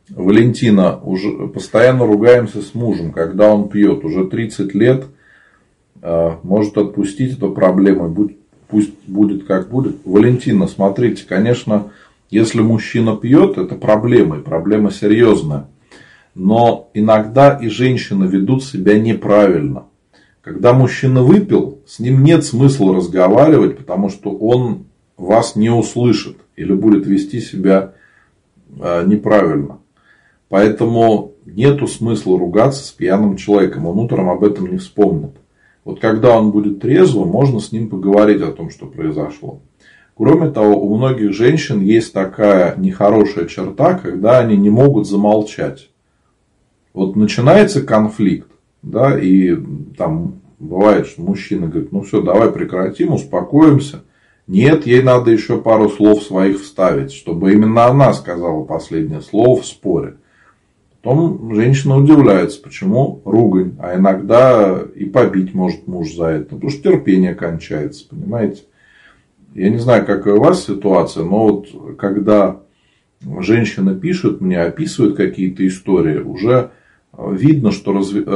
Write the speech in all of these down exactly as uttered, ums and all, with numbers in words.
Валентина, уже постоянно ругаемся с мужем, когда он пьет. Уже тридцать лет. Может отпустить эту проблему. Пусть будет как будет. Валентина, смотрите, конечно, если мужчина пьет, это проблема. И проблема серьезная. Но иногда и женщины ведут себя неправильно. Когда мужчина выпил, с ним нет смысла разговаривать, потому что он вас не услышит. Или будет вести себя неправильно. Поэтому нету смысла ругаться с пьяным человеком. Он утром об этом не вспомнит. Вот когда он будет трезвым, можно с ним поговорить о том, что произошло. Кроме того, у многих женщин есть такая нехорошая черта, когда они не могут замолчать. Вот начинается конфликт, да, и там бывает, что мужчина говорит, ну все, давай прекратим, успокоимся. Нет, ей надо еще пару слов своих вставить, чтобы именно она сказала последнее слово в споре. Потом женщина удивляется, почему ругань, а иногда и побить может муж за это, потому что терпение кончается, понимаете. Я не знаю, какая у вас ситуация, но вот когда женщина пишет мне, описывает какие-то истории, уже видно, что разви...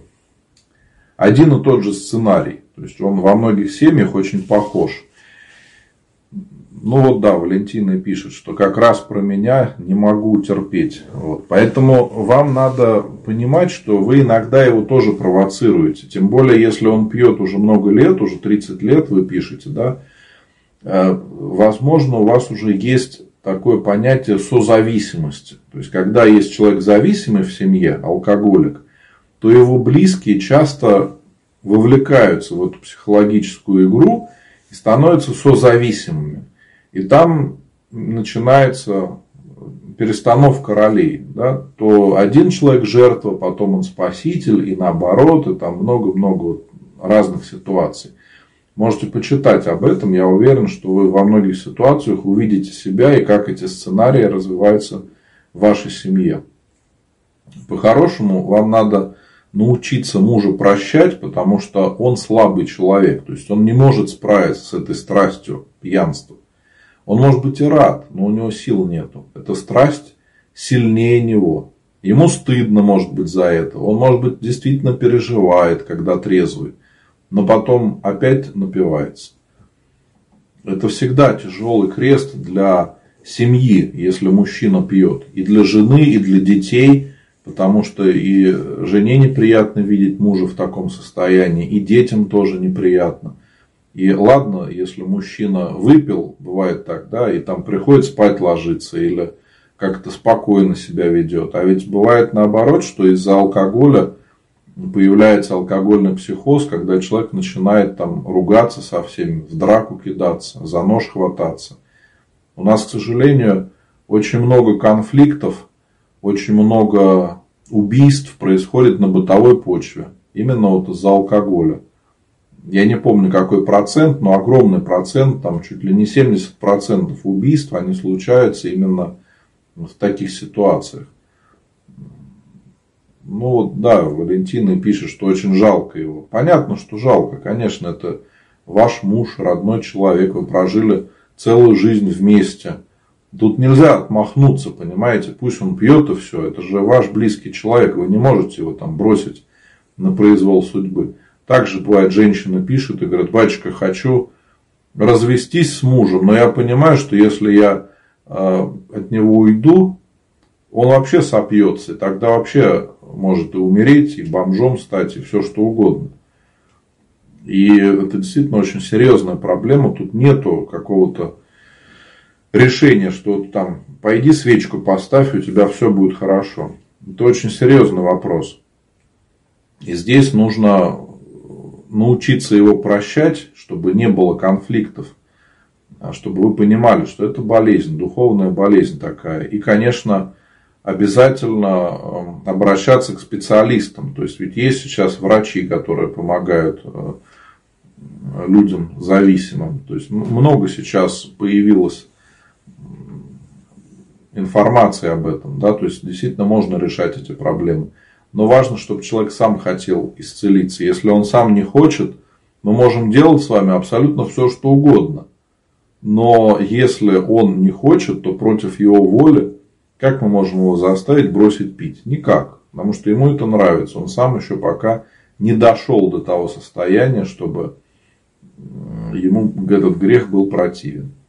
один и тот же сценарий. То есть он во многих семьях очень похож. Ну вот да, Валентина пишет, что как раз про меня не могу терпеть. Вот. Поэтому вам надо понимать, что вы иногда его тоже провоцируете. Тем более, если он пьет уже много лет, уже тридцать лет вы пишете, да, возможно, у вас уже есть такое понятие созависимости. То есть, когда есть человек зависимый в семье, алкоголик, то его близкие часто вовлекаются в эту психологическую игру и становятся созависимыми. И там начинается перестановка ролей. Да? То один человек жертва, потом он спаситель, и наоборот, и там много-много разных ситуаций. Можете почитать об этом. Я уверен, что вы во многих ситуациях увидите себя и как эти сценарии развиваются в вашей семье. По-хорошему, вам надо научиться мужа прощать, потому что он слабый человек. То есть он не может справиться с этой страстью пьянства. Он может быть и рад, но у него сил нету. Эта страсть сильнее него. Ему стыдно может быть за это. Он может быть действительно переживает, когда трезвый. Но потом опять напивается. Это всегда тяжелый крест для семьи, если мужчина пьет. И для жены, и для детей. Потому что и жене неприятно видеть мужа в таком состоянии. И детям тоже неприятно. И ладно, если мужчина выпил, бывает так, да, и там приходит спать ложиться. Или как-то спокойно себя ведет. А ведь бывает наоборот, что из-за алкоголя появляется алкогольный психоз, когда человек начинает там ругаться со всеми, в драку кидаться, за нож хвататься. У нас, к сожалению, очень много конфликтов, очень много убийств происходит на бытовой почве. Именно вот из-за алкоголя. Я не помню какой процент, но огромный процент, там чуть ли не семьдесят процентов убийств, они случаются именно в таких ситуациях. Ну вот да, Валентина пишет, что очень жалко его. Понятно, что жалко. Конечно, это ваш муж, родной человек. Вы прожили целую жизнь вместе. Тут нельзя отмахнуться, понимаете. Пусть он пьет и все. Это же ваш близкий человек. Вы не можете его там бросить на произвол судьбы. Также бывает, женщина пишет и говорит: батюшка, хочу развестись с мужем. Но я понимаю, что если я э, от него уйду, он вообще сопьется. И тогда вообще может и умереть, и бомжом стать, и все что угодно. И это действительно очень серьезная проблема. Тут нету какого-то решения, что там пойди свечку поставь, и у тебя все будет хорошо. Это очень серьезный вопрос. И здесь нужно научиться его прощать, чтобы не было конфликтов. Чтобы вы понимали, что это болезнь, духовная болезнь такая. И, конечно, обязательно обращаться к специалистам. То есть, ведь есть сейчас врачи, которые помогают людям зависимым. То есть, много сейчас появилось информации об этом. Да? То есть, действительно можно решать эти проблемы. Но важно, чтобы человек сам хотел исцелиться. Если он сам не хочет, мы можем делать с вами абсолютно все, что угодно. Но если он не хочет, то против его воли, Как мы можем его заставить бросить пить? Никак. Потому что ему это нравится. Он сам еще пока не дошел до того состояния, чтобы ему этот грех был противен.